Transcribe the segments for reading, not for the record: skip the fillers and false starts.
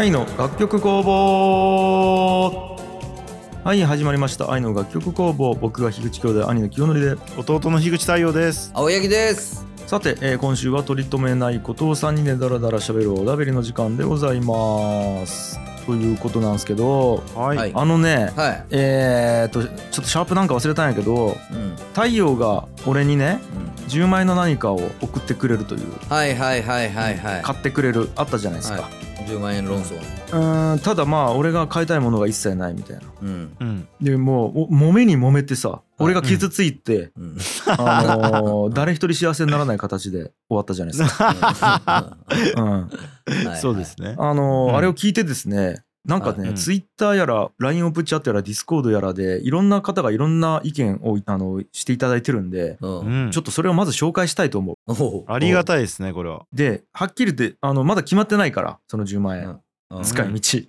愛の楽曲工房。はい、始まりました愛の楽曲工房。僕が樋口兄弟、兄の清則で、 弟の樋口太陽です。 青柳です。 さて、今週は取り留めないことを3人でダラダラ喋るおだべりの時間でございますということなんですけど、 はい、 はい、 あのね、 はい、 ちょっとシャープなんか忘れたんやけど、太陽が俺にね、10万円の何かを送ってくれるという、 はいはいはいはいはい、 買ってくれるあったじゃないですか、 はい、10万円論争。 ただまあ俺が買いたいものが一切ないみたいな、 うんでもう揉めに揉めてさ、俺が傷ついて、誰一人幸せにならない形で終わったじゃないですか。 そうですね。 あれを聞いてですね、なんかね、ツイッターやら LINE オープンチャットやらディスコードやらでいろんな方がいろんな意見をしていただいてるんで、ちょっとそれをまず紹介したいと思う。 ありがたいですね、これは。 で、はっきり言ってまだ決まってないから、その10万円、使い道、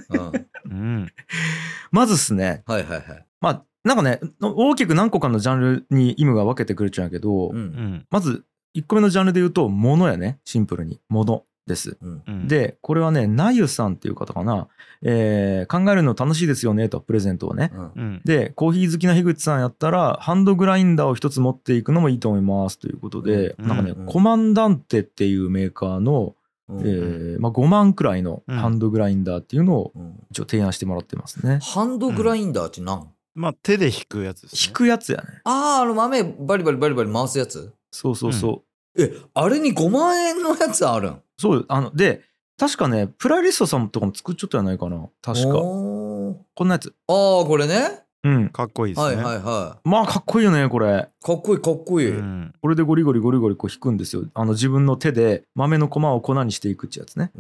まずっすね、 はいはいはい、 まあなんかね、大きく何個かのジャンルに意味が分けてくるっちゃうんやけど、まず1個目のジャンルで言うと物やね、シンプルに物です、でこれはね、なゆさんっていう方かな、考えるの楽しいですよねと、プレゼントをね、でコーヒー好きな樋口さんやったらハンドグラインダーを一つ持っていくのもいいと思いますということで、なんかね、コマンダンテっていうメーカーの5万くらいのハンドグラインダーっていうのを一応提案してもらってますね。 ハンドグラインダーって何？ まあ手で引くやつですね。 引くやつやね。 豆バリバリバリバリ回すやつ？ そうそうそう。 あれに5万円のやつあるん？ そう、で確かね、プライリストさんとかも作っちゃったやないかな、確か。こんなやつ。 これね。 かっこいいですね。 はいはいはい。 まあかっこいいよねこれ。 かっこいいかっこいい。 これでゴリゴリゴリゴリこう引くんですよ。自分の手で豆の粉を粉にしていくってやつね。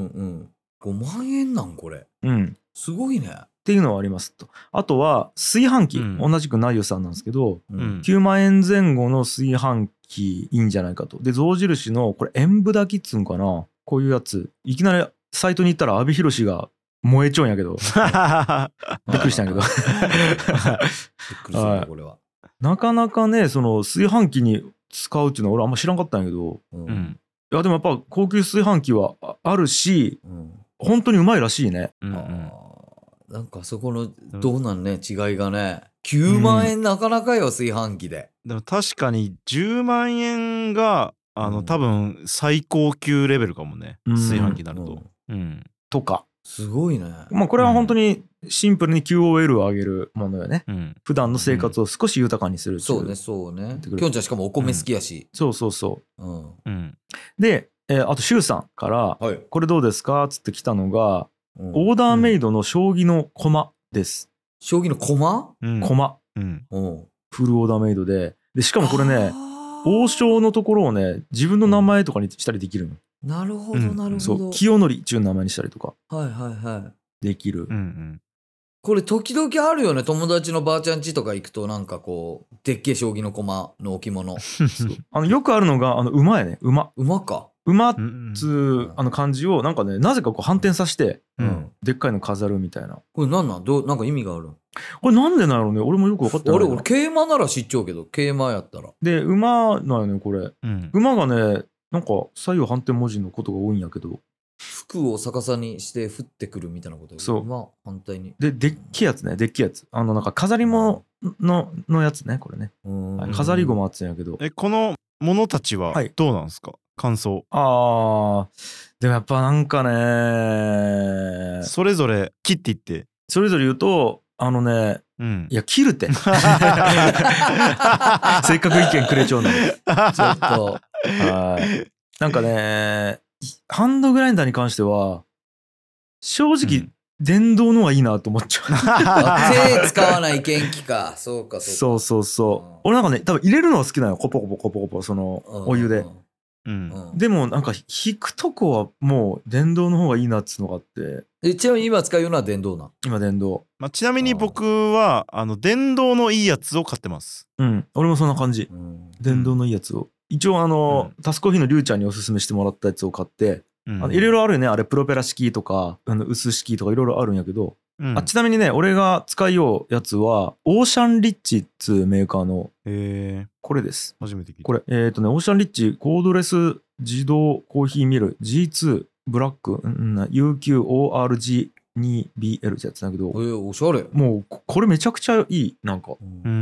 5万円なんこれ。すごいね。 っていうのはありますと。あとは炊飯器、同じくなゆさんなんですけど、9万円前後の炊飯器いいんじゃないかと。で象印のこれ塩分炊きっつうんかな、こういうやつ、いきなりサイトに行ったら阿部寛が燃えちゃうんやけどびっくりしたんやけどびっくりしたねこれは。なかなかね、その炊飯器に使うっていうのは俺あんま知らんかったんやけど、いやでもやっぱ高級炊飯器はあるし、本当にうまいらしいね。 なんかそこのどうなんね、違いがね、9万円なかなかよ、炊飯器で。 でも確かに10万円が多分最高級レベルかもね、炊飯器になると。 とかすごいね。 まあこれは本当にシンプルに QOL を上げるものよね。普段の生活を少し豊かにする。 そうねそうね。きょんちゃんしかもお米好きやし。 そうそうそう。で、あとシュウさんからこれどうですかっつってきたのが、オーダーメイドの将棋の駒です。 将棋の駒？ 駒。フルオーダーメイドで、しかもこれね、王将のところをね、自分の名前とかにしたりできるの。 なるほどなるほど。 そう、清則っていう名前にしたりとかできる。 これ時々あるよね、友達のばあちゃん家とか行くと、なんかこうでっけえ将棋の駒の置物よくあるのが馬やね。馬か。 馬っつ漢字をなんかね、なぜかこう反転させて、でっかいの飾るみたいな。 これなんなんか意味がある？ これなんでなのね、俺もよく分かってない。 俺桂馬なら知っちゃうけど、桂馬やったら。で馬なんよねこれ。馬がね、なんか左右反転文字のことが多いんやけど、 服を逆さにして降ってくるみたいなこと。 そう。 馬反対に。 でっけえやつね、でっけえやつ。なんか飾り物のやつね、これね。飾り駒っつうんやけど。 このものたちはどうなんですか？感想。 でもやっぱなんかね、 それぞれ切っていって。 それぞれ言うと、いや切るってせっかく意見くれちゃうのにちょっとなんかね、ハンドグラインダーに関しては正直、電動のはいいなと思っちゃう。手使わない元気か。そうかそうそうそう。俺なんかね、多分入れるのは好きなの、コポコポコポコポ、そのお湯で。でもなんか引くとこはもう電動の方がいいなっつうのがあって。 ちなみに今使うのは電動な？ 今電動。 ちなみに僕は電動のいいやつを買ってます。 俺もそんな感じ。電動のいいやつを一応タスコーヒーのりゅうちゃんにおすすめしてもらったやつを買って、いろいろあるよね、あれプロペラ式とか薄式とかいろいろあるんやけど、ちなみにね、俺が使いようやつはオーシャンリッチっつうメーカーのこれです。 初めて聞いた。 これオーシャンリッチコードレス自動コーヒーミル G2 ブラック、UQORG2BL ってやつだけど、 おしゃれ。 もうこれめちゃくちゃいい。なんか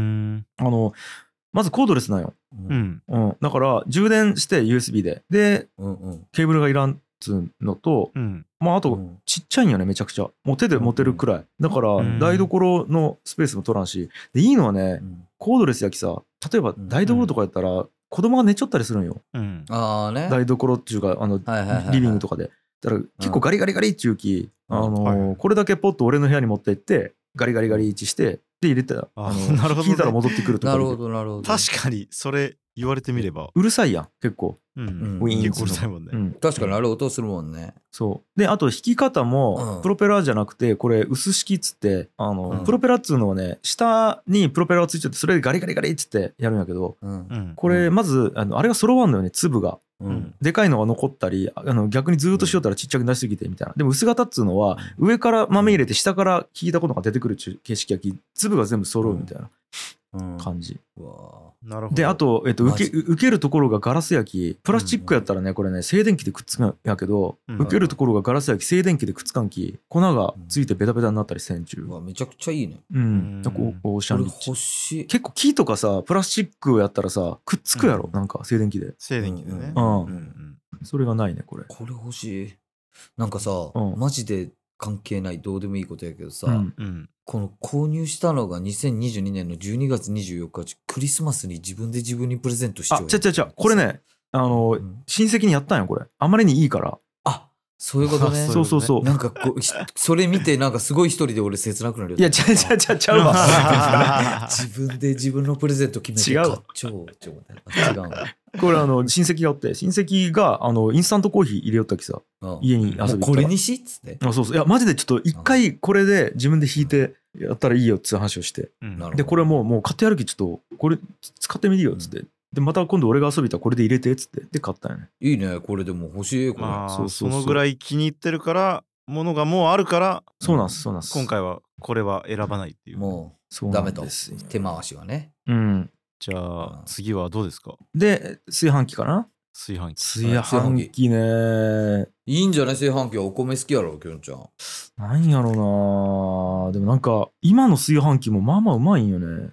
まずコードレスなんよ。だから充電して USB でケーブルがいらんっつうのと、まああとちっちゃいんよね、めちゃくちゃ。もう手で持てるくらいだから台所のスペースも取らんし、でいいのはね、コードレスやきさ、例えば台所とかやったら子供が寝ちゃったりするんよ。台所っていうかリビングとかで。だから結構ガリガリガリっていうき、これだけポッと俺の部屋に持って行ってガリガリガリ1してで入れたら、聞いたら戻ってくるとか。 なるほどなるほど。 確かにそれ言われてみればうるさいやん結構。 ウィーンうるさいもんね。 確かにあれ音するもんね。 そうで、あと弾き方もプロペラじゃなくてこれ薄式っつって、プロペラっつうのはね、下にプロペラがついちゃってそれでガリガリガリっつってやるんやけど、これまずあれが揃わんのよね、粒が。でかいのが残ったり、逆にずっとしよったらちっちゃくなりすぎてみたいな。でも薄型っつうのは上から豆入れて下から引いたことが出てくる形式やき、粒が全部揃うみたいな感じ。 なるほど。 であと、受けるところがガラス焼き、プラスチックやったらねこれね静電気でくっつくんやけど、受けるところがガラス焼き静電気でくっつかんき、粉がついてベタベタになったりせんちゅう。 めちゃくちゃいいね。 オーシャンリッチ。 欲しい。 結構木とかさプラスチックやったらさくっつくやろ、なんか静電気で。 静電気でね。 それがないねこれ。 これ欲しい。なんかさ、マジで関係ないどうでもいいことやけどさ、この購入したのが2022年の12月24日、クリスマスに自分で自分にプレゼントしちゃう。 これね親戚にやったんよこれ。あまりにいいから。 そういうことね。 そうなんかそれ見てなんかすごい一人で俺切なくなるよ。 いやちゃうわ。 自分で自分のプレゼント決めて買っちゃおう。違う。 これ親戚がおって、親戚がインスタントコーヒー入れよったきさ、家に遊びに行ったらこれにしっつって。 そういやマジでちょっと一回これで自分で弾いてやったらいいよっつう話をして、でこれもう買ってやるきちょっとこれ使ってみるよっつって、でまた今度俺が遊びたらこれで入れてっつってで買ったよね。 いいねこれ。でも欲しいこれ。 そのぐらい気に入ってるからものがもうあるから。 そうなんす今回はこれは選ばないっていう。 もうダメと手回しがね。 じゃあ次はどうですか。 で炊飯器かな。炊飯器ね。 いいんじゃない。炊飯器はお米好きやろきょんちゃん。 なんやろな。でもなんか今の炊飯器もまあまあうまいんよね。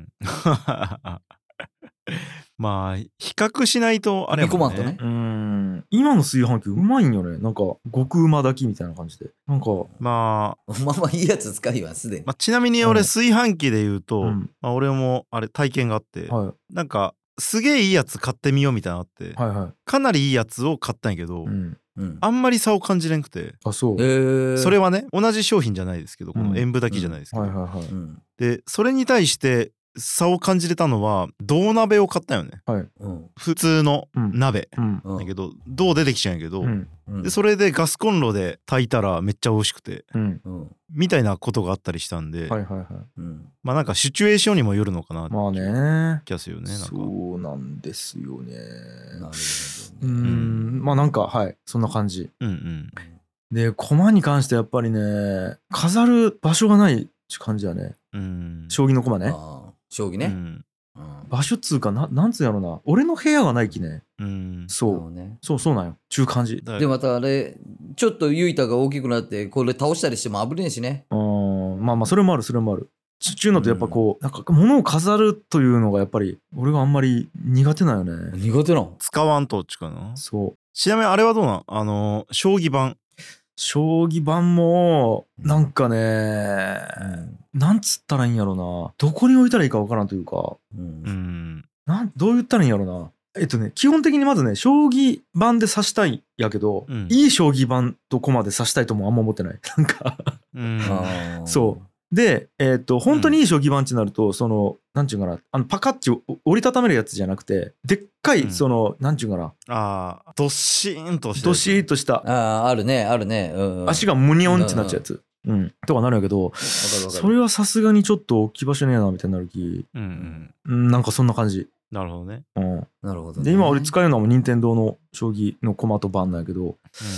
まあ比較しないとあれもね。 今の炊飯器うまいんよね。なんか極うま炊きみたいな感じで。なんかまあいいやつ使いはすでに。 ちなみに俺炊飯器で言うと、俺もあれ体験があって、なんかすげえいいやつ買ってみようみたいなのあって、かなりいいやつを買ったんやけど、あんまり差を感じれんくて。それはね同じ商品じゃないですけど、この演舞炊きじゃないですけど、でそれに対して差を感じれたのは銅鍋を買ったよね。普通の鍋だけど銅出てきちゃうんやけど、でそれでガスコンロで炊いたらめっちゃ美味しくて、みたいなことがあったりしたんで、まあなんかシチュエーションにもよるのかなって気がするよね。 そうなんですよね。まあなんかそんな感じ。で駒に関してやっぱりね飾る場所がないって感じやね。将棋の駒ね。 将棋ね。 場所っつうかなんつうんやろな、俺の部屋がないきね。そうなんよちゅう感じで。またあれちょっとユイタが大きくなってこれ倒したりしても危ねえしね。 まあそれもあるちゅうのとやっぱこうなんか物を飾るというのがやっぱり俺があんまり苦手なんよね。 苦手なの。 使わんとっちかな。 そう。 ちなみにあれはどうなん？将棋盤もなんかね、なんつったらいいんやろな、どこに置いたらいいかわからんというか、どう言ったらいいんやろな。基本的にまずね将棋盤で指したいやけど、いい将棋盤と駒で指したいともあんま思ってない。なんかそうで本当にいい将棋盤ってなるとなんちゅうかな、パカッチ折りたためるやつじゃなくてでっかいなんちゅうかな、 どっしーんとしたあるね、 足がムニョンってなっちゃうやつとかなるんやけど、それはさすがにちょっと置き場所ねえなみたいになるき、なんかそんな感じ。 なるほどね。 なるほどね。 で今俺使えるのは任天堂の将棋の駒と盤なんやけど、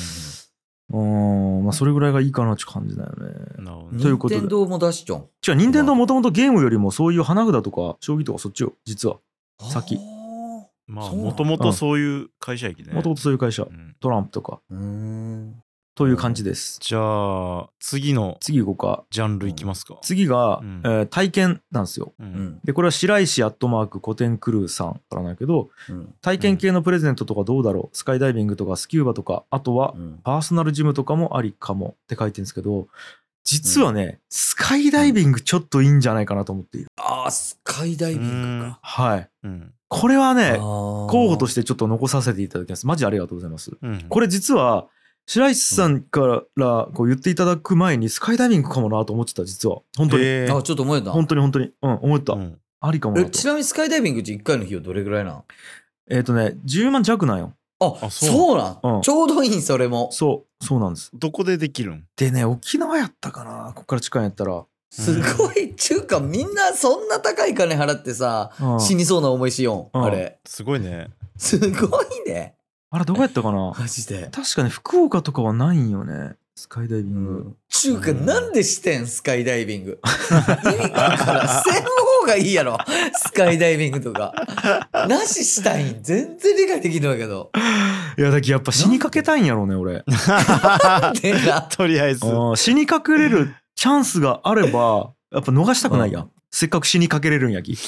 まあそれぐらいがいいかなって感じだよね。 ということで任天堂も出しちゃん。 違う、任天堂もともとゲームよりもそういう花札とか将棋とかそっちよ実は先。 まあもともとそういう会社やきね。 もともとそういう会社、トランプとかという感じです。 じゃあ次行こうか。ジャンルいきますか。 次が、体験なんですよ。でこれは白石アットマーク古典クルーさんからなんやけど、体験系のプレゼントとかどうだろう、スカイダイビングとかスキューバとか、あとはパーソナルジムとかもありかもって書いてるんですけど、実はね、スカイダイビングちょっといいんじゃないかなと思っている。 スカイダイビングか。 はい。これはね、候補としてちょっと残させていただきます。マジありがとうございます。これ実は白石さんからこう言っていただく前にスカイダイビングかもなと思ってた、実は。本当に。 ちょっと思えた。 本当に。思った。ありかもなと。 ちなみにスカイダイビングって1回の費用どれぐらいなん？ 10万弱なんよ。 そうなん、ちょうどいいん、それも。 そうなんです。 どこでできるん？ でね、沖縄やったかな、こっから近いんやったら。 すごい、ちゅうかみんなそんな高い金払ってさ、死にそうな思いしよん、あれ。 すごいね。 すごいね。 あれどこやったかな。 マジで。 確かに福岡とかはないんよね、スカイダイビング。 ちゅうか、なんでしてん、スカイダイビング。意味だからせん方がいいやろ、スカイダイビングとか。なししたいん全然理解できるんだけど。 いやだけやっぱ死にかけたいんやろうね、俺。 とりあえず死にかけれるチャンスがあればやっぱ逃したくないやん。せっかく死にかけれるんやき。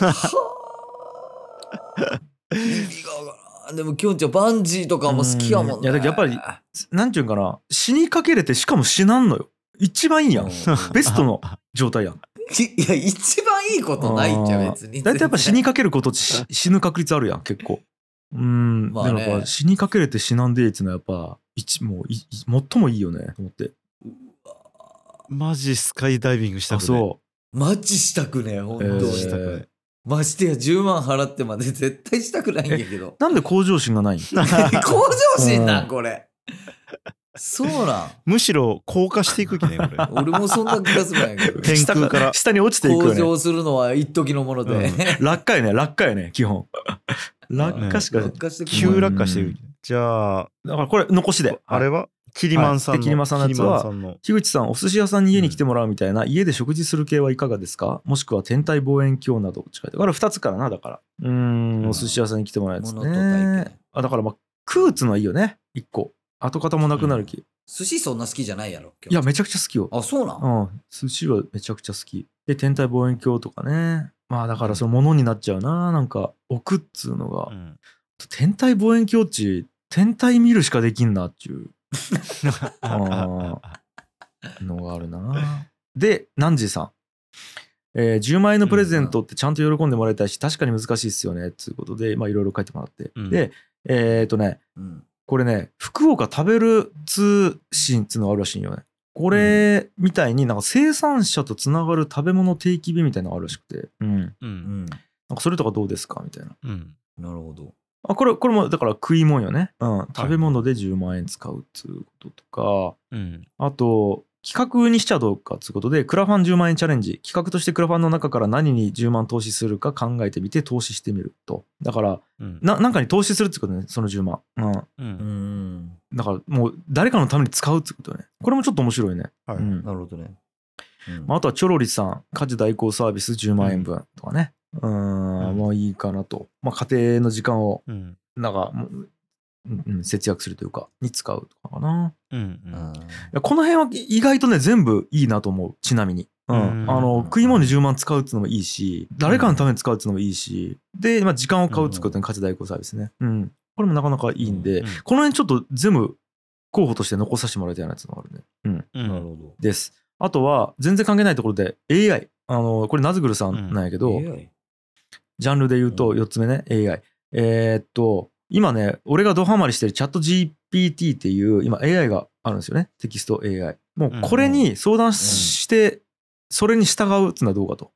でもきょんちゃんバンジーとかも好きやもんね。 いやだけやっぱりなんていうんかな、死にかけれてしかも死なんのよ。一番いいやん。ベストの状態やん。 いや一番いいことないんじゃ別に。 だいたいやっぱ死にかけることって死ぬ確率あるやん結構。まあね、でも死にかけれて死なんでいいっていうのはやっぱもう最もいいよねと思って。 マジスカイダイビングしたくね。 そうマジしたくね、本当に。ましてや10万払ってまで絶対したくないんやけど。 なんで向上心がないん？ 向上心なんこれ。そうなん。 むしろ高架していく気ねこれ。 俺もそんな気がするんやけど。 天空から下に落ちていくよね。 向上するのは一時のもので。 落下やね基本。落下しか急落下してる。じゃあだからこれ残しであれはキリマンさんの、 キリマンさんのやつは樋口さんお寿司屋さんに家に来てもらうみたいな、家で食事する系はいかがですか、もしくは天体望遠鏡などって書いてある。これ2つからな。だからお寿司屋さんに来てもらうやつね。だからまあ食うつのはいいよね。1個跡形もなくなる気。 寿司そんな好きじゃないやろ。 いやめちゃくちゃ好きよ。 あ、そうなん。 寿司はめちゃくちゃ好きで、天体望遠鏡とかね。まあだからそのものになっちゃうな、なんか置くっつうのが、天体望遠鏡っち天体見るしかできんなっちゅうのがあるな。でナンジーさん、10万円のプレゼントってちゃんと喜んでもらいたいし、確かに難しいっすよねっていうことでいろいろ書いてもらって、でこれね、福岡食べる通信っていうのがあるらしいんよね。これみたいになんか生産者とつながる食べ物定期便みたいなのがあるらしくて、なんかそれとかどうですかみたいな。 なるほど。 これもだから食い物よね。食べ物で10万円使うっつうこととか、あと企画にしちゃどうかっつうことでクラファン10万円チャレンジ、企画としてクラファンの中から何に10万投資するか考えてみて投資してみると。だからなんかに投資するってことね、その10万。だからもう誰かのために使うってことね。これもちょっと面白いね。 なるほどね。 あとはチョロリさん家事代行サービス10万円分とかね。もういいかなと。家庭の時間をなんか節約するというかに使うとかかな。この辺は意外とね全部いいなと思う。ちなみに食い物に10万使うっていうのもいいし、誰かのために使うっていうのもいいし、で時間を買うってことに家事代行サービスね。これもなかなかいいんで、この辺ちょっと全部候補として残させてもらいたいなやつがあるね。 なるほどです。あとは全然関係ないところで AI、これナズグルさんなんやけど、ジャンルで言うと4つ目ね、AI。今ね、俺がドハマりしてるチャット GPT っていう今 AI があるんですよね。テキスト AI。もうこれに相談してそれに従うっていうのはどうかと。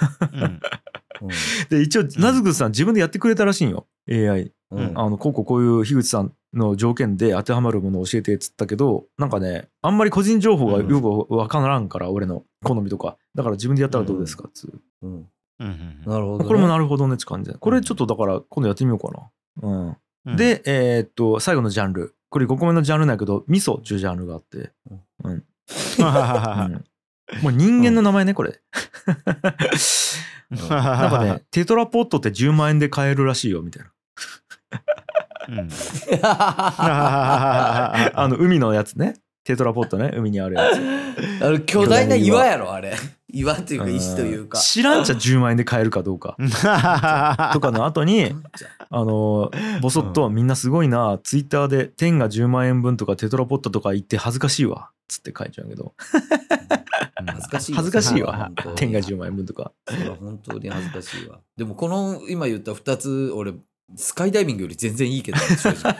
で一応ナズグルさん自分でやってくれたらしいんよ AI。こういう樋口さんの条件で当てはまるものを教えてっつったけど、なんかねあんまり個人情報がよく分からんから、俺の好みとかだから自分でやったらどうですかっつう。 なるほど、 これもなるほどねって感じで、これちょっとだから今度やってみようかな。で最後のジャンル、これ5個目のジャンルなんやけど味噌っていうジャンルがあって、もう人間の名前ねこれ。なんかねテトラポットって10万円で買えるらしいよみたいな。 海のやつね。テトラポットね、海にあるやつ。巨大な岩やろ、あれ。岩っていうか石というか。 知らんちゃ10万円で買えるかどうか。とかの後に、ボソッとみんなすごいな、ツイッターで天が10万円分とかテトラポットとか言って恥ずかしいわ。つって書いちゃうけど。 恥ずかしいわ。 恥ずかしいわ。天が10万円分とか。 それは本当に恥ずかしいわ。でもこの今言った2つ、俺、スカイダイビングより全然いいけどね。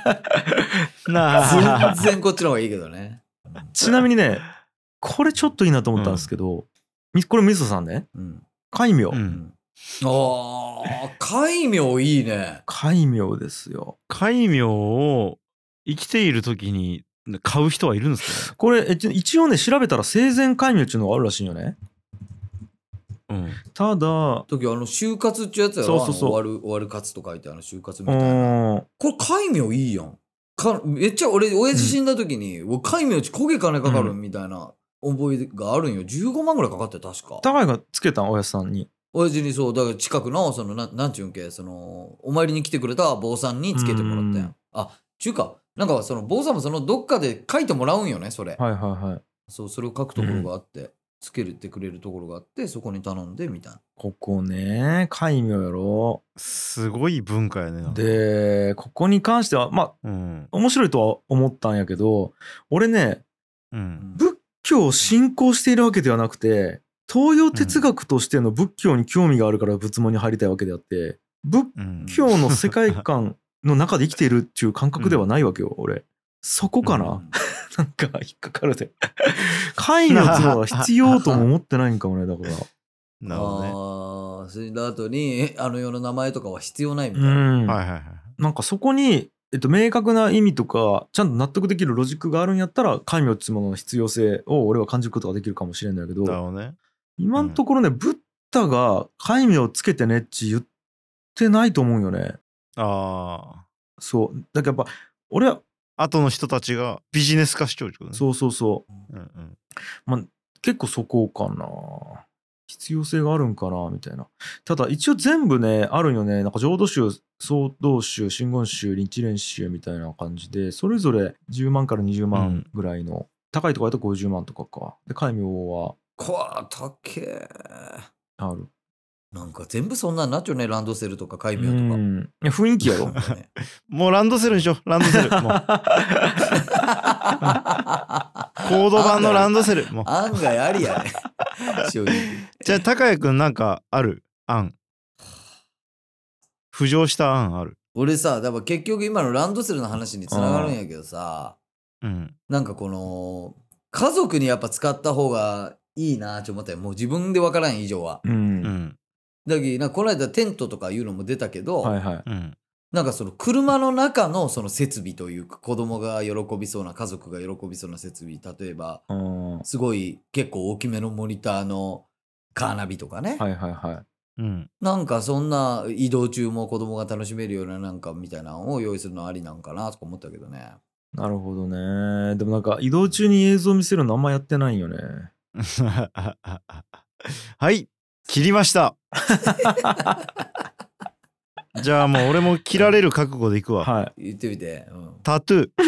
全然こっちの方がいいけどね。 ちなみにね、これちょっといいなと思ったんですけど、これみそさんね、戒名。 戒名いいね。 戒名ですよ。 戒名を生きている時に買う人はいるんですかね。 これ一応ね調べたら生前戒名っていうのがあるらしいよね。ただ就活っていうやつやろ。終わる活と書いて就活みたいな。これ戒名いいやん。めっちゃ俺親父死んだ時に、戒名焦げ金かかるみたいな覚えがあるんよ。15万ぐらいかかって確か。 高いがつけたん親父さんに。 親父にそうだから近くのなんていうんけお参りに来てくれた坊さんにつけてもらったやん。ちゅうかなんか坊さんもどっかで書いてもらうんよねそれ。 はいはいはい。 それを書くところがあって。つけてくれるところがあってそこに頼んでみたいな。 ここね戒名やろ。 すごい文化やね。 でここに関しては面白いとは思ったんやけど俺ね、仏教を信仰しているわけではなくて東洋哲学としての仏教に興味があるから仏門に入りたいわけであって仏教の世界観の中で生きているっていう感覚ではないわけよ俺。そこかな、なんか引っかかるで戒名っていうのは必要とも思ってないんかもねだから。 なるほどね。それの後に世の名前とかは必要ないみたいな。 なんかそこに、明確な意味とかちゃんと納得できるロジックがあるんやったら戒名っていうものの必要性を俺は感じることができるかもしれないけど、今のところね、ブッダが戒名をつけてねって言ってないと思うよね。そうだからやっぱ俺は後の人たちがビジネス化しちゃうってことね。 そう、結構そこかな。必要性があるんかなみたいな。ただ一応全部ねあるんよね。なんか浄土宗、曹洞宗、真言宗、日蓮宗みたいな感じでそれぞれ10万から20万ぐらいの、高いところだと50万とかか。で戒名は高えある。 なんか全部そんなんなっちゃうね。ランドセルとか戒名とか。 いや雰囲気やろ。 もうランドセルにしよう。ランドセルもうコード版のランドセルもう案外ありやね。 じゃあ高谷くんなんかある案、浮上した案ある？ 俺さだから結局今のランドセルの話につながるんやけどさ、なんか家族にやっぱ使った方がいいなって思ったよ。もう自分で分からん以上は。だけどこの間テントとかいうのも出たけど、なんか車の中の設備というか子供が喜びそうな家族が喜びそうな設備、例えばすごい結構大きめのモニターのカーナビとかね、なんかそんな移動中も子供が楽しめるようななんかみたいなのを用意するのありなんかなとか思ったけどね。 なるほどね。でもなんか移動中に映像見せるのあんまやってないよね。 はい切りましたじゃあもう俺も切られる覚悟でいくわ。 言ってみて。 タトゥ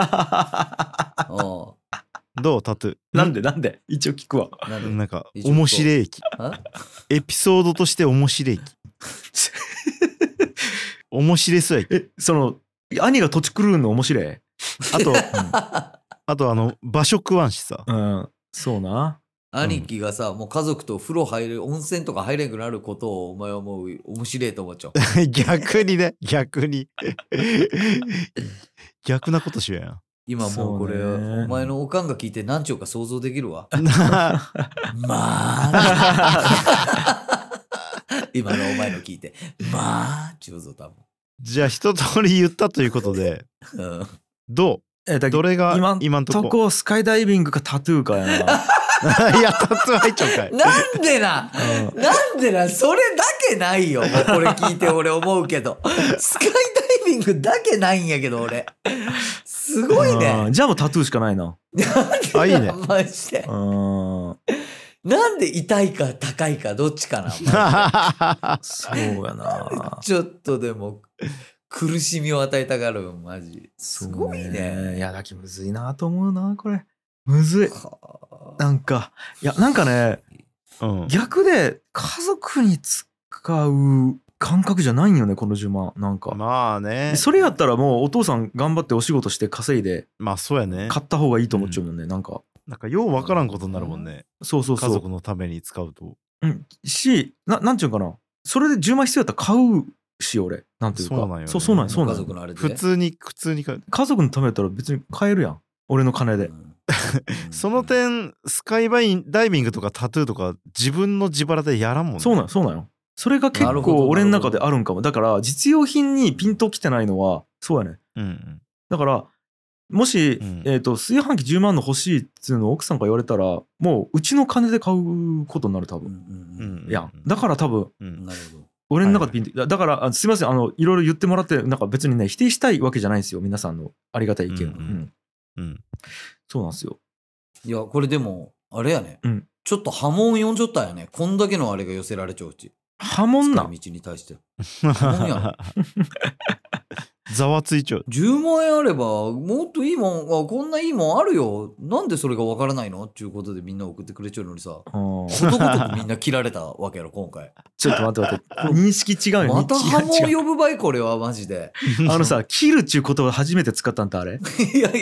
ーどうタトゥーなんで一応聞くわ。 なんか面白いきエピソードとして面白いき面白そうやき。 兄が土地狂うの面白い。 あと場所食わんしさ。 そうな。 兄貴がさ、もう家族と風呂入る、温泉とか入れんくなることをお前はもう面白いと思っちゃう。 逆にね、逆なことしようやん。 今もうこれ、お前のおかんが聞いて何ちゅうか想像できるわ。今のお前の聞いて、ちゅうぞ多分。 じゃあ一通り言ったということで、どれが今んとこスカイダイビングかタトゥーかやな。 いやタトゥー入っちゃうかい。 なんでなそれだけないよ。もうこれ聞いて俺思うけどスカイダイビングだけないんやけど俺すごいね。 じゃあもうタトゥーしかないな。 いいね。 マジで。なんで痛いか高いかどっちかな。 そうやな。 ちょっとでも苦しみを与えたがるマジすごいね。 いやだきむずいなと思うなこれ。むずい。なんかいやなんかね、逆で家族に使う感覚じゃないんよねこの10万なんか。 まあね。 それやったらもうお父さん頑張ってお仕事して稼いで、 まあそうやね。 買った方がいいと思っちゃうもんね、なんかようわからんことになるもんね。 そう家族のために使うと。 なんちゅうかな、それで10万必要やったら買うし俺なんていうか、そうなんよ、そうなんよ。 家族のあれで普通に買う。 家族のためやったら別に買えるやん俺の金で。 その点スカイダイビングとかタトゥーとか自分の自腹でやらんもんね。 そうなんよ。それが結構俺の中であるんかも。だから実用品にピンときてないのはそうやね。だからもし、炊飯器10万の欲しいっつうのを奥さんが言われたらもううちの金で買うことになる多分。いやだから多分、 なるほど。 俺の中でピンと、だからすいませんいろいろ言ってもらってなんか別にね否定したいわけじゃないんですよ皆さんのありがたい意見。そうなんですよ。 いやこれでもあれやね、ちょっと波紋呼んじゃったんやね。こんだけのあれが寄せられちゃううち。 波紋な道に対して波紋やろ。 ざわついちゃう。 10万円あればもっといいもんこんないいもんあるよなんでそれがわからないのっていうことでみんな送ってくれちゃうのにさことごとくみんな切られたわけやろ今回。 ちょっと待って認識違うよ。 また波紋呼ぶ場合これはマジでさ切るっちゅう言葉初めて使ったんだあれ。 いや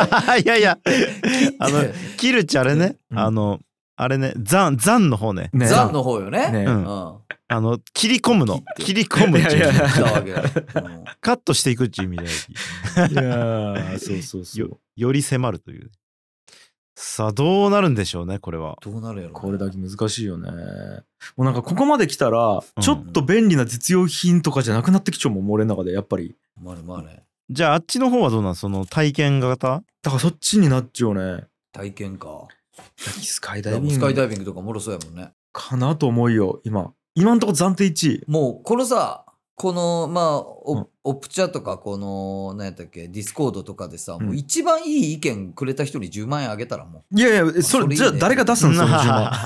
切るっちゃあれね、あれねザンの方ね。 ザンの方よね。 切り込むの。切り込むっちゅうカットしていくっちゅう意味で。 いやそうより迫るという。さあどうなるんでしょうねこれは。 どうなるやろ。 これだけ難しいよね。もうなんかここまで来たらちょっと便利な実用品とかじゃなくなってきちゃうもん俺の中でやっぱり。 まあね。 じゃああっちの方はどうなん、その体験型。 だからそっちになっちゃうね。 体験か。 スカイダイビングとかもろそうやもんね。 かなと思うよ今んとこ暫定1位。 もうこのさこのオプチャとかこの何やったっけディスコードとかでさ、もう一番いい意見くれた人に10万円あげたらもう。いやそれじゃあ誰が出すんその10万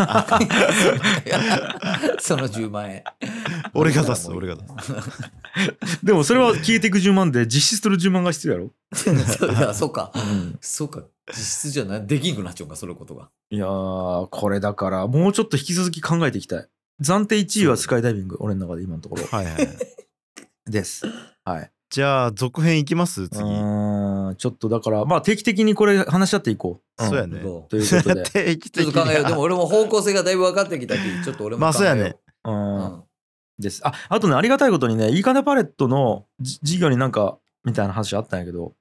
その10万円俺が出す。 でもそれは消えていく10万で実質する10万が必要やろ。 そうか実質じゃないできんくなっちゃうかそのことが。 いやこれだからもうちょっと引き続き考えていきたい。暫定1位はスカイダイビング俺の中で今のところです。 じゃあ続編いきます次。 ちょっとだから定期的にこれ話し合っていこう。そうやね。 ということで定期的にちょっと考えよう。でも俺も方向性がだいぶ分かってきたきちょっと俺も考えよう。 そうやね。 です。あとねありがたいことにねいいかねパレットの事業になんかみたいな話あったんやけど、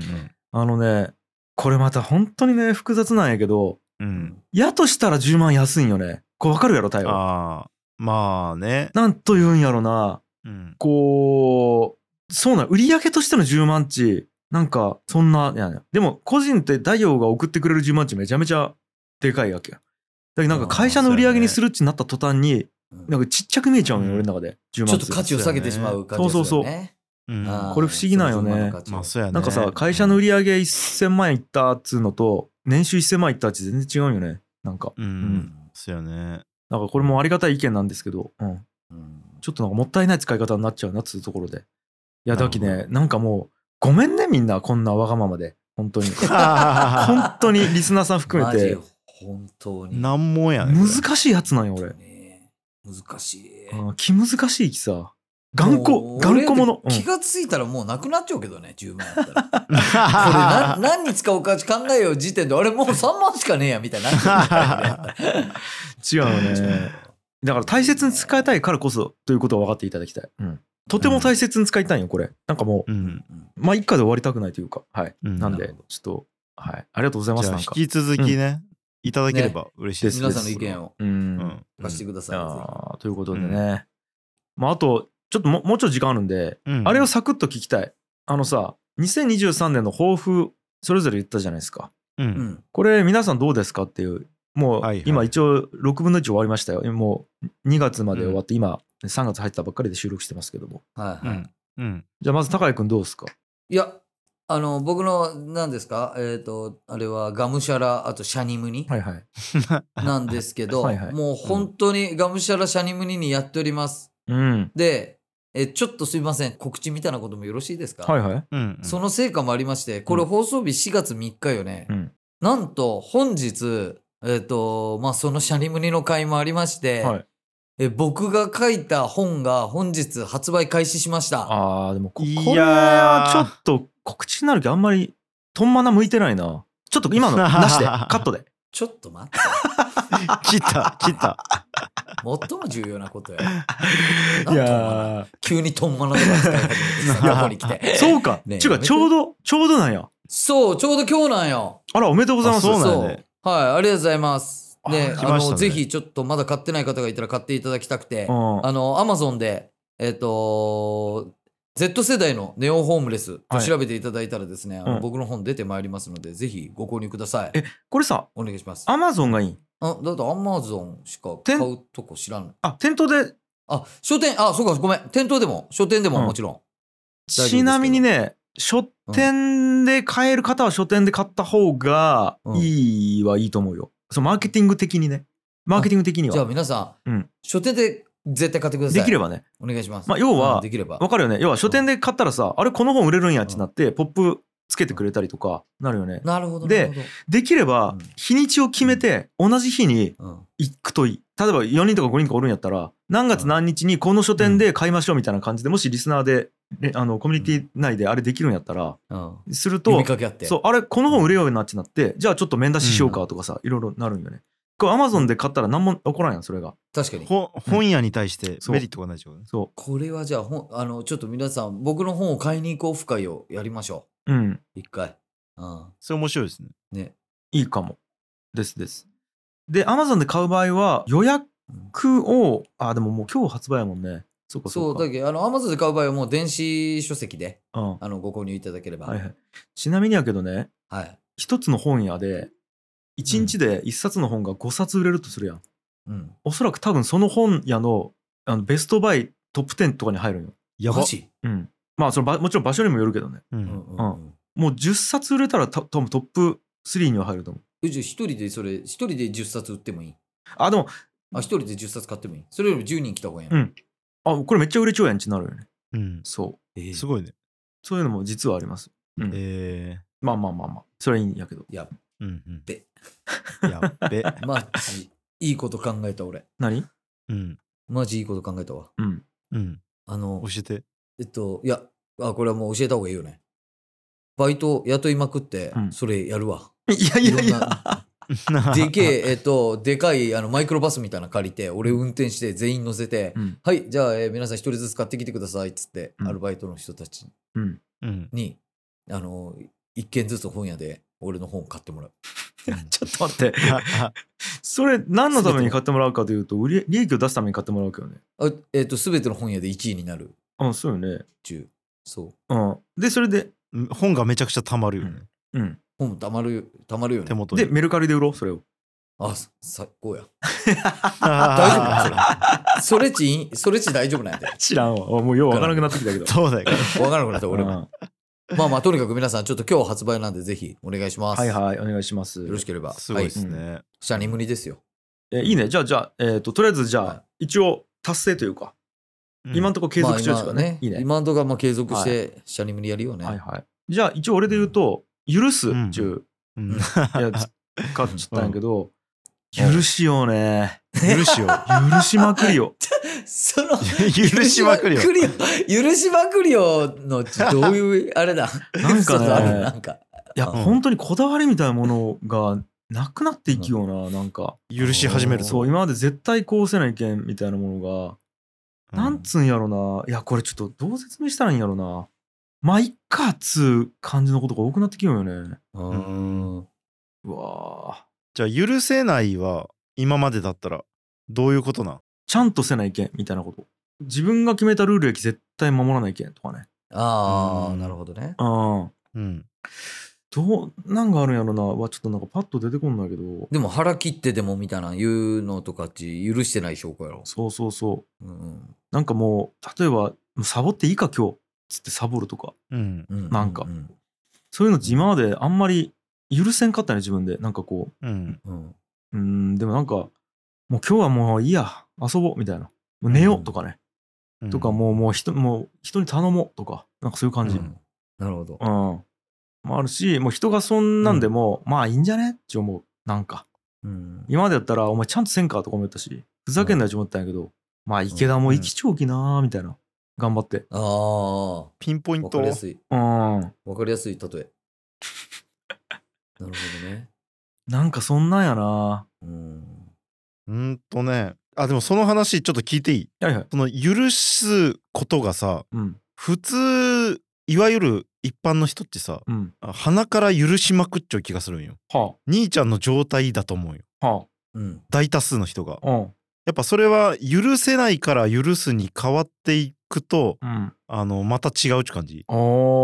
これまた本当にね複雑なんやけど、やとしたら10万安いんよね。これ分かるやろ太陽。 まあね。 なんと言うんやろな。こうそうな売り上げとしての10万値なんかそんなやね。でも個人って太陽が送ってくれる10万値めちゃめちゃでかいわけや。だけどなんか会社の売り上げにするっちなった途端になんかちっちゃく見えちゃうのよ俺の中で10万。 ちょっと価値を下げてしまう感じですよね。 これ不思議なんよね。なんかさ会社の売り上げ1000万円いったっつうのと年収1000万円いったっち全然違うよねなんか。 そうやね。 なんかこれもありがたい意見なんですけど、ちょっとなんかもったいない使い方になっちゃうなっつうところで。いやだきねなんかもうごめんねみんなこんなわがままで本当に本当にリスナーさん含めて本当に難問やね。 難しいやつなんよ俺。 難しい。 気難しいきさ。頑固者。 気がついたらもうなくなっちゃうけどね10万やったら。これ何に使おうか考えよう時点であれもう3万しかねえやみたいな。 違うよね。だから大切に使いたいからこそということを分かっていただきたい。とても大切に使いたいよこれ。なんかもう一回で終わりたくないというかなんでちょっとありがとうございます。 じゃあ引き続きねいただければ嬉しいです。 皆さんの意見を貸してください。ということでねあとちょっともうちょっと時間あるんであれをサクッと聞きたい。さ2023年の抱負それぞれ言ったじゃないですか。これ皆さんどうですかっていうもう今一応6分の1終わりましたよ。もう2月まで終わって今3月入ったばっかりで収録してますけども。じゃあまず高井くんどうですか。 いや僕の何ですかあれはがむしゃらあとシャニムニなんですけどもう本当にがむしゃらシャニムニにやっております。でちょっとすいません、告知みたいなこともよろしいですか？ はいはい。 その成果もありまして、これ放送日4月3日よね。なんと本日、まあそのシャニムニの会もありまして、僕が書いた本が本日発売開始しました。 でもこれはちょっと告知になるけどあんまりトンマナ向いてないな。ちょっと今のなしでカットで。 ちょっと待って。 切った。 最も重要なことや。いや急にトンマナとか使い始めてさ、横に来て。 そうか。ね、ちょうどなんや。 そう、ちょうど今日なんよ。 あら、おめでとうございます。 そうなんやね。はい、ありがとうございます。ね、ぜひちょっとまだ買ってない方がいたら買っていただきたくて、Amazon で、Z 世代のネオホームレスと調べていただいたらですね、僕の本出てまいりますので、ぜひご購入ください。 これさ、 お願いします。 Amazon がいい？ だって Amazon しか買うとこ知らん。 店頭で。 書店、そうか、ごめん。店頭でも、書店でももちろん。 ちなみにね、書店で買える方は書店で買った方がいいと思うよ。マーケティング的にね。マーケティング的には。 じゃあ皆さん、書店で絶対買ってください。 できればね。 お願いします。 要は、わかるよね。要は書店で買ったらさ、あれこの本売れるんやってなって、ポップつけてくれたりとかなるよね。 なるほど。 で、できれば日にちを決めて同じ日に行くといい。例えば4人とか5人とかおるんやったら、何月何日にこの書店で買いましょうみたいな感じで、もしリスナーでコミュニティ内であれできるんやったら、すると、そう、あれこの本売れようなってなって、じゃあちょっと面出ししようかとかさ、いろいろなるんよね。これ Amazon で買ったら何も起こらんやん、それが。 確かに。 本屋に対してメリットがないでしょ。 そう。これはじゃあちょっと皆さん、僕の本を買いに行こうオフ会をやりましょう。一回。 それ面白いですね。 ね。 いいかも。です。で、Amazon で買う場合は、予約を、でももう今日発売やもんね。 そうだけど、Amazon で買う場合はもう電子書籍で、ご購入いただければ。 ちなみにやけどね、一つの本屋で、1日で1冊の本が5冊売れるとするやん。おそらく多分その本屋のベストバイトップ10とかに入るんよ。 やばし。 まあもちろん場所にもよるけどね。もう10冊売れたら多分トップ3には入ると思う。 じゃあ一人で10冊売ってもいい？ でも一人で10冊買ってもいい？それよりも10人来た方がいいやん。 これめっちゃ売れちゃうやんちなるよね。そう。 すごいね。 そういうのも実はあります。まあ。それはいいんやけど。 やっべ。 やっべ。 マジ、いいこと考えた俺。 何？ マジいいこと考えたわ。 教えて。 いや、これはもう教えた方がいいよね。バイト雇いまくって、それやるわ。 いや。 でけえ、でかいマイクロバスみたいなの借りて、俺運転して全員乗せて、はい、じゃあ皆さん一人ずつ買ってきてくださいっつって、アルバイトの人たちに、一軒ずつ本屋で俺の本を買ってもらう。 ちょっと待って。それ何のために買ってもらうかというと、利益を出すために買ってもらうけどね。 すべての本屋で1位になる。 そうよね。 そう。 で、それで、 本がめちゃくちゃたまるよね。 本もたまるよね。 手元で。 メルカリで売ろう、それを。 最高や。大丈夫なんそれち大丈夫なんやで。 知らんわ。もうようわからなくなってきたけど。 そうだよ。 わからなくなった、俺も。まあとにかく皆さん、ちょっと今日発売なんで、ぜひお願いします。 はい、お願いします。 よろしければ。 すごいですね。 シャニムニですよ。 いいね。じゃあ、とりあえず、一応、達成というか、今のところ継続中ですかね。いいね。 今のところは継続して、シャニムニやるよね。 じゃあ、一応俺で言うと、許すっていうやつ買っちゃったんやけど、許しよね。 許しまくりよ。 その許しまくりよ。 許しまくりよのどういうあれだ。 なんかね、いや本当にこだわりみたいなものがなくなっていくような、なんか許し始める。 そう、今まで絶対こうせないけんみたいなものが、なんつんやろな。いやこれちょっとどう説明したらいいんやろな。まあいっかっつう感じのことが多くなってきようよね。うわ。 じゃあ許せないは今までだったらどういうことな？ ちゃんとせないけんみたいなこと。自分が決めたルールやき絶対守らないけんとかね。 なるほどね。 なんがあるんやろな。ちょっとなんかパッと出てこんないけど。 でも腹切ってでもみたいな言うのとかって許してない証拠やろ。 そう。なんかもう例えばサボっていいか今日つってサボるとか。なんかそういうの今まであんまり許せんかったね自分で。なんかこう。でもなんかもう今日はもういいや遊ぼうみたいな。もう寝ようとかね。 とかもう人に頼もうとかなんかそういう感じ。 なるほど。 もあるし、もう人がそんなんでもまあいいんじゃねって思う。なんか今までやったらお前ちゃんとせんかとか思ったし、ふざけんなよって思ったんやけど、まあ池田も生きちょうきなーみたいな、頑張って。 ピンポイント。 わかりやすい。わかりやすい例え。なるほどね。 なんかそんなんやな。 でもその話ちょっと聞いていい？ はいはい。 その許すことがさ、普通いわゆる一般の人ってさ、鼻から許しまくっちゃう気がするんよ。兄ちゃんの状態だと思うよ。大多数の人が。やっぱそれは許せないから許すに変わっていくと、また違うって感じ。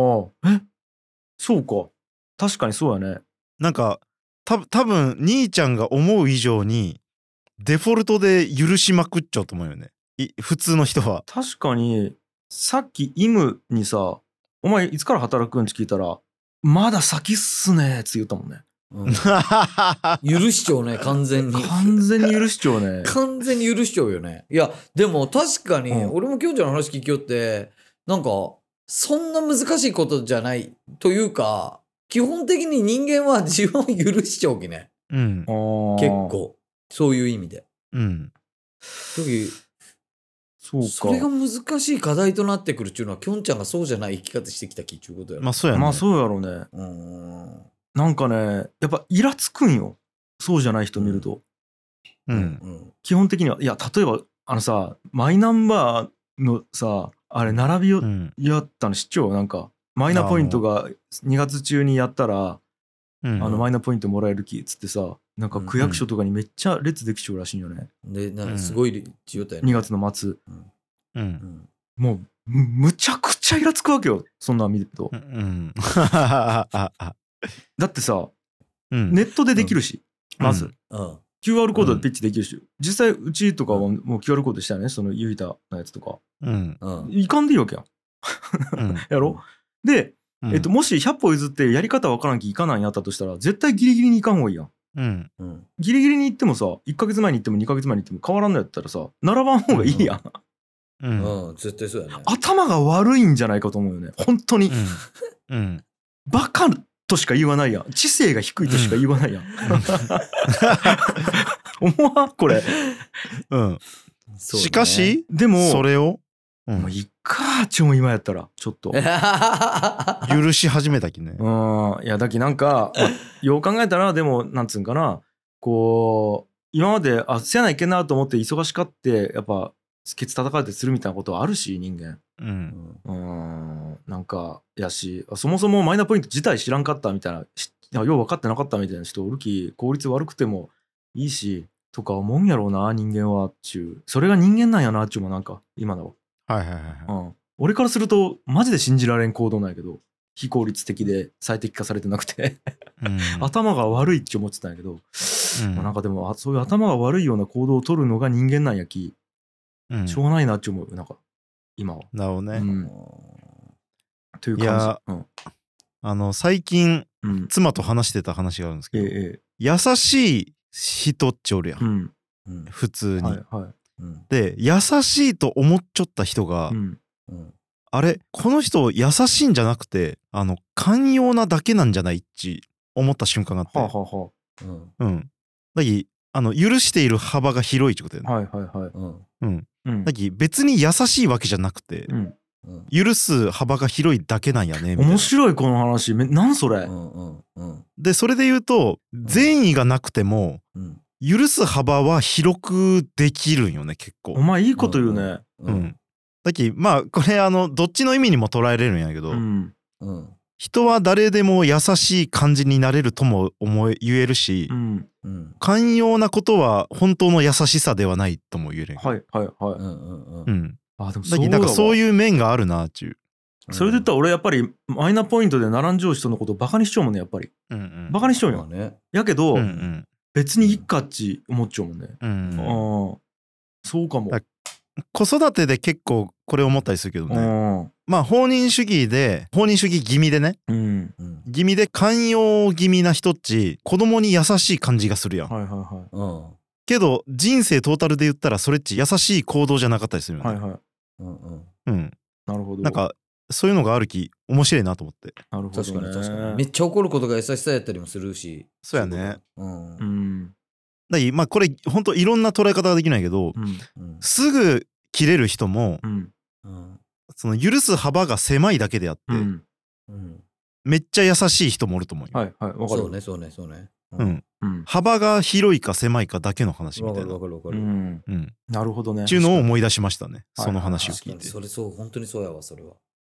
そうか。確かにそうやね。 なんか多分兄ちゃんが思う以上にデフォルトで許しまくっちゃうと思うよね、普通の人は。 確かにさっきイムにさ「お前いつから働くん?」って聞いたら「まだ先っすね」って言ったもんね。 許しちゃうね、完全に。 完全に許しちゃうね。 完全に許しちゃうよね。いやでも確かに俺もきょんちゃんの話聞きよってなんかそんな難しいことじゃないというか、基本的に人間は自分を許しちゃうきね。結構そういう意味で。 そうか。 それが難しい課題となってくるっていうのはきょんちゃんがそうじゃない生き方してきたきっちゅうことやろ。 そうやね。 まあそうやろうね。なんかねやっぱイラつくんよ、そうじゃない人見ると。基本的には。いや例えばさマイナンバーのさあれ並びよ、やったの知っちゃう？なんかマイナポイントが2月中にやったらマイナポイントもらえるきっつってさ、なんか区役所とかにめっちゃ列できちゃうらしいよね。 ですごい需要だよね。 2月の末。もうむちゃくちゃイラつくわけよ、そんなん見ると。だってさ、ネットでできるし、まず QR コードでピッチできるし、実際うちとかはもう QR コードしたよね、そのユイタのやつとか。いかんでいいわけやん。やろ？でもし100歩譲ってやり方わからんきいかないんやったとしたら絶対ギリギリにいかん方がいいやん。ギリギリに行ってもさ、1ヶ月前に行っても2ヶ月前に行っても変わらんのやったらさ、並ばん方がいいやん。 絶対そうやね。 頭が悪いんじゃないかと思うよね、本当に。バカとしか言わないやん。知性が低いとしか言わないやん。思わんこれ。 しかしでもそれをもういっかちも今やったらちょっと許し始めたきね。 いやだきなんか、よう考えたらでもなんつうんかな、こう今までせやないけんなと思って忙しかってやっぱケツ叩かれてするみたいなことはあるし、人間。なんかやし、そもそもマイナポイント自体知らんかったみたいな、よう分かってなかったみたいな人おるき、効率悪くてもいいしとか思うんやろうな、人間はっちゅう。それが人間なんやなっちゅうもなんか今の。俺からするとマジで信じられん行動なんやけど、非効率的で最適化されてなくて頭が悪いって思ってたんやけど、なんかでもそういう頭が悪いような行動を取るのが人間なんやき、しょうがないなって思う、なんか今は。 なるほどね。 という感じ。最近、妻と話してた話があるんですけど、優しい人っちおるやん、普通に。で優しいと思っちゃった人が、あれこの人優しいんじゃなくて寛容なだけなんじゃないって思った瞬間があって、だき許している幅が広いってことだよね。だき別に優しいわけじゃなくて、許す幅が広いだけなんやねみたいな。 面白いこの話。なんそれ。 でそれで言うと善意がなくても、許す幅は広くできるんよね、結構。 お前いいこと言うね。 だっきまあこれどっちの意味にも捉えれるんやけど、人は誰でも優しい感じになれるとも言えるし、寛容なことは本当の優しさではないとも言える。だきなんかそういう面があるなっていう。 それで言ったら俺やっぱりマイナポイントで並んじゃう人のことバカにしちゃうもんね、やっぱり。バカにしちゃうよ。やけど別にいっかっち思っちゃうもんね。そうかも。 子育てで結構これ思ったりするけどね。まあ放任主義気味でね、気味で寛容気味な人っち子供に優しい感じがするやん。けど人生トータルで言ったらそれっち優しい行動じゃなかったりするよね。 なるほど。 なんかそういうのがあるき面白いなと思って。 なるほど、 確かに確かに。めっちゃ怒ることが優しさやったりもするし。 そうやね。だからまあこれ本当いろんな捉え方ができないけど、すぐ切れる人も、その許す幅が狭いだけであって、めっちゃ優しい人もおると思うよ。 はいはい、わかる。 そうね。 幅が広いか狭いかだけの話みたいな。 わかる。 なるほどね。 っていうのを思い出しましたね。その話を聞いて。 それそう本当にそうやわそれは。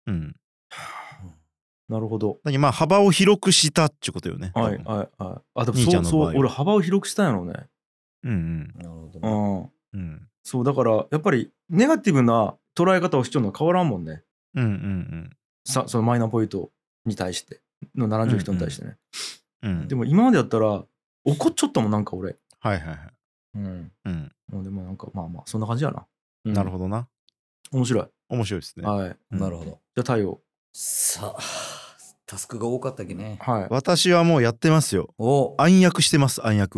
なるほど。 だけどまあ幅を広くしたってことよね。 はい。あ、でもそう俺幅を広くしたんやろうね。 なるほどね。 そうだからやっぱりネガティブな捉え方をしちゃうのは変わらんもんね。そのマイナポイントに対しての70人に対してね。でも今までやったら怒っちゃったもんなんか俺。 はい。 でもなんかまあそんな感じやな。 なるほどな。 面白いですね。 はい。 なるほど。 じゃあ太陽。 さあタスクが多かったっけね。 はい。 私はもうやってますよ。暗躍してます。暗躍。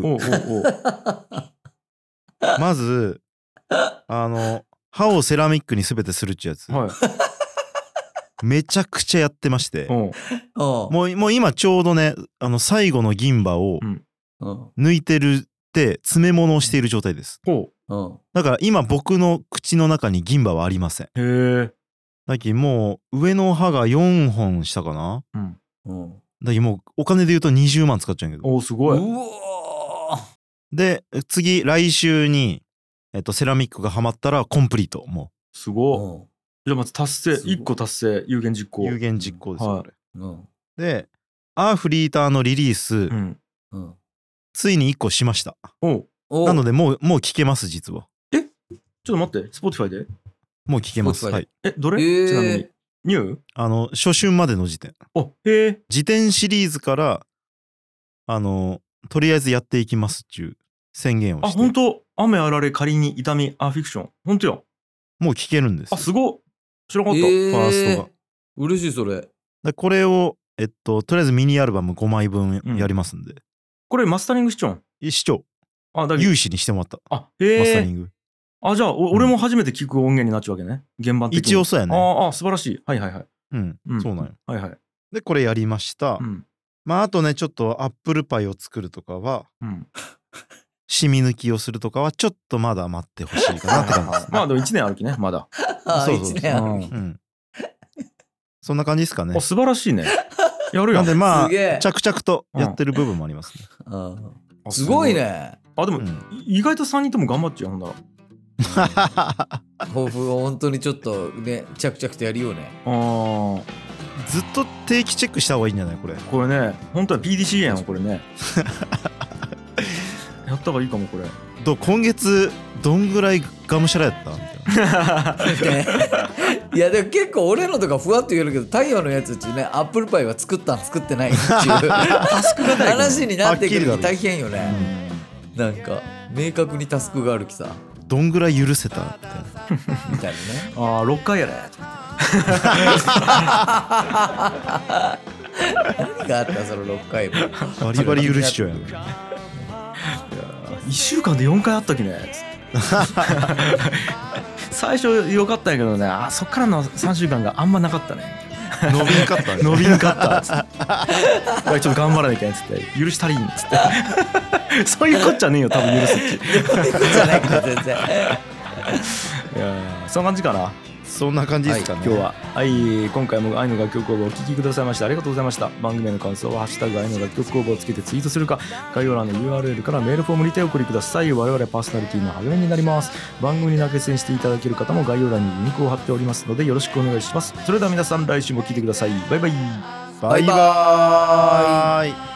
まず歯をセラミックに全てするっちゅうやつ。めちゃくちゃやってまして、もう今ちょうどね最後の銀歯を抜いてるって詰め物をしている状態です。だから今僕の口の中に銀歯はありません。だけどもう上の歯が4本したかな。だけどもうお金で言うと20万使っちゃうんやけど。 すごい。 で次来週にセラミックがはまったらコンプリート。もうすごい。じゃあまず達成1個達成有言実行ですよこれ。でフリーターのリリースついに1個しました。なのでもう聞けます。実はちょっと待って Spotify でもう聞けます。はい。 どれちなみにニュー初春までの時点。時点シリーズからとりあえずやっていきますっていう宣言をして。 本当。雨あられ仮に痛みフィクション本当や。 もう聞けるんです。 すごっ。知らなかった。 ファーストが。 嬉しいそれ。 これをとりあえずミニアルバム5枚分やりますんで。 これマスタリングしちゃうん？ しちゃう。有志にしてもらった。マスタリング。じゃあ俺も初めて聞く音源になっちゃうわけね。原版的に。 一応そうやね。 素晴らしい。はい。 そうなんよ。 はい。 でこれやりました。あとねちょっとアップルパイを作るとかは。染み抜きをするとかはちょっとまだ待ってほしいかなって感じです。 でも1年あるきねまだ。 1年ある。 そんな感じですかね。 素晴らしいね。やるやん。 なんで着々とやってる部分もありますね。 すごいね。 でも意外と3人とも頑張っちゃうんだ。 抱負を本当にちょっとね着々とやるよね。 ずっと定期チェックした方がいいんじゃないこれ。 これね本当は PDCA やんこれね。やった方がいいかもこれ。 今月どんぐらいがむしゃらやったみたいな。いやでも結構俺のとかふわっと言えるけど太陽のやつってねアップルパイは作ったん作ってないっていうタスクが話になってくるの大変よね。なんか明確にタスクがあるきさ。 どんぐらい許せたみたいなね。 6回やね。 何があったその6回も。 バリバリ許しちゃうやん。 1週間で4回あったきね。最初良かったんやけどねそっからの3週間があんまなかったね。 伸びんかった伸びんかったっつってちょっと頑張らなきゃっつって許したりんっつってそういうこっちゃねえよ多分許すっち。 そういうこっちゃないから全然。 いやそんな感じかな。 そんな感じですかね、 今日は。今回も愛の楽曲工房をお聴きくださいましてありがとうございました。番組への感想はハッシュタグ愛の楽曲工房をつけてツイートするか概要欄の URL からメールフォームにてお送りください。我々パーソナリティの励みになります。番組に投げ銭していただける方も概要欄にリンクを貼っておりますのでよろしくお願いします。それでは皆さん来週も聴いてください。バイバイ。 バイバイ。